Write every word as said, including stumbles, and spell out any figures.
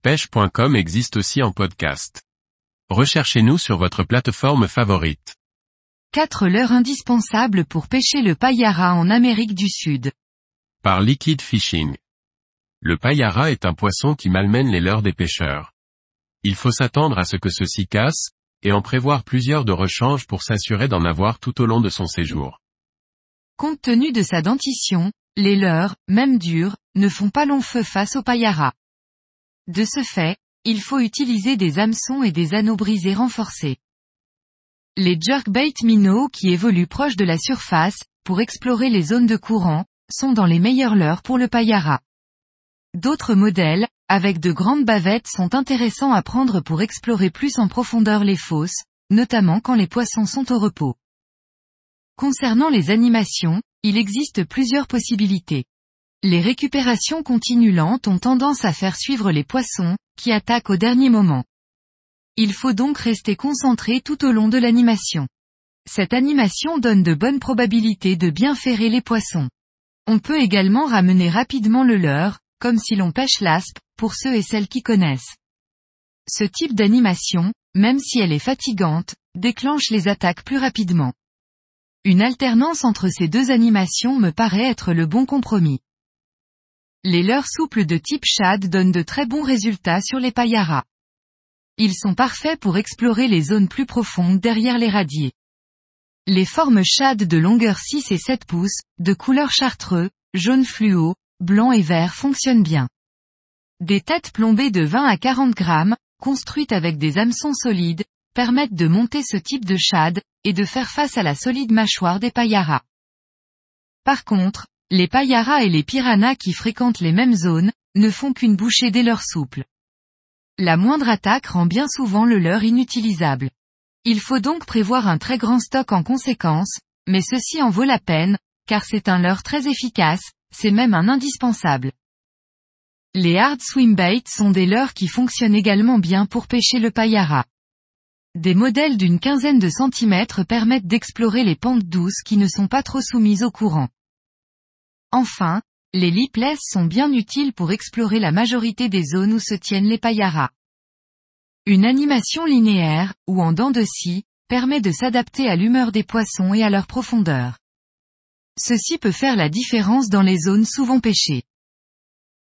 pêche point com existe aussi en podcast. Recherchez-nous sur votre plateforme favorite. quatre leurres indispensables pour pêcher le payara en Amérique du Sud. Par Liquid Fishing. Le payara est un poisson qui malmène les leurres des pêcheurs. Il faut s'attendre à ce que ceux-ci cassent, et en prévoir plusieurs de rechange pour s'assurer d'en avoir tout au long de son séjour. Compte tenu de sa dentition, les leurres, même durs, ne font pas long feu face au payara. De ce fait, il faut utiliser des hameçons et des anneaux brisés renforcés. Les jerkbait minnows qui évoluent proche de la surface, pour explorer les zones de courant, sont dans les meilleures leurres pour le payara. D'autres modèles, avec de grandes bavettes sont intéressants à prendre pour explorer plus en profondeur les fosses, notamment quand les poissons sont au repos. Concernant les animations, il existe plusieurs possibilités. Les récupérations continues lentes ont tendance à faire suivre les poissons, qui attaquent au dernier moment. Il faut donc rester concentré tout au long de l'animation. Cette animation donne de bonnes probabilités de bien ferrer les poissons. On peut également ramener rapidement le leurre, comme si l'on pêche l'aspe, pour ceux et celles qui connaissent. Ce type d'animation, même si elle est fatigante, déclenche les attaques plus rapidement. Une alternance entre ces deux animations me paraît être le bon compromis. Les leurres souples de type shad donnent de très bons résultats sur les payaras. Ils sont parfaits pour explorer les zones plus profondes derrière les radiers. Les formes shad de longueur six et sept pouces, de couleur chartreux, jaune fluo, blanc et vert fonctionnent bien. Des têtes plombées de vingt à quarante grammes, construites avec des hameçons solides, permettent de monter ce type de shad, et de faire face à la solide mâchoire des payaras. Par contre, les payaras et les piranhas qui fréquentent les mêmes zones, ne font qu'une bouchée des leurres souples. La moindre attaque rend bien souvent le leurre inutilisable. Il faut donc prévoir un très grand stock en conséquence, mais ceci en vaut la peine, car c'est un leurre très efficace, c'est même un indispensable. Les hard swimbaits sont des leurres qui fonctionnent également bien pour pêcher le payara. Des modèles d'une quinzaine de centimètres permettent d'explorer les pentes douces qui ne sont pas trop soumises au courant. Enfin, les lipless sont bien utiles pour explorer la majorité des zones où se tiennent les payaras. Une animation linéaire, ou en dents de scie, permet de s'adapter à l'humeur des poissons et à leur profondeur. Ceci peut faire la différence dans les zones souvent pêchées.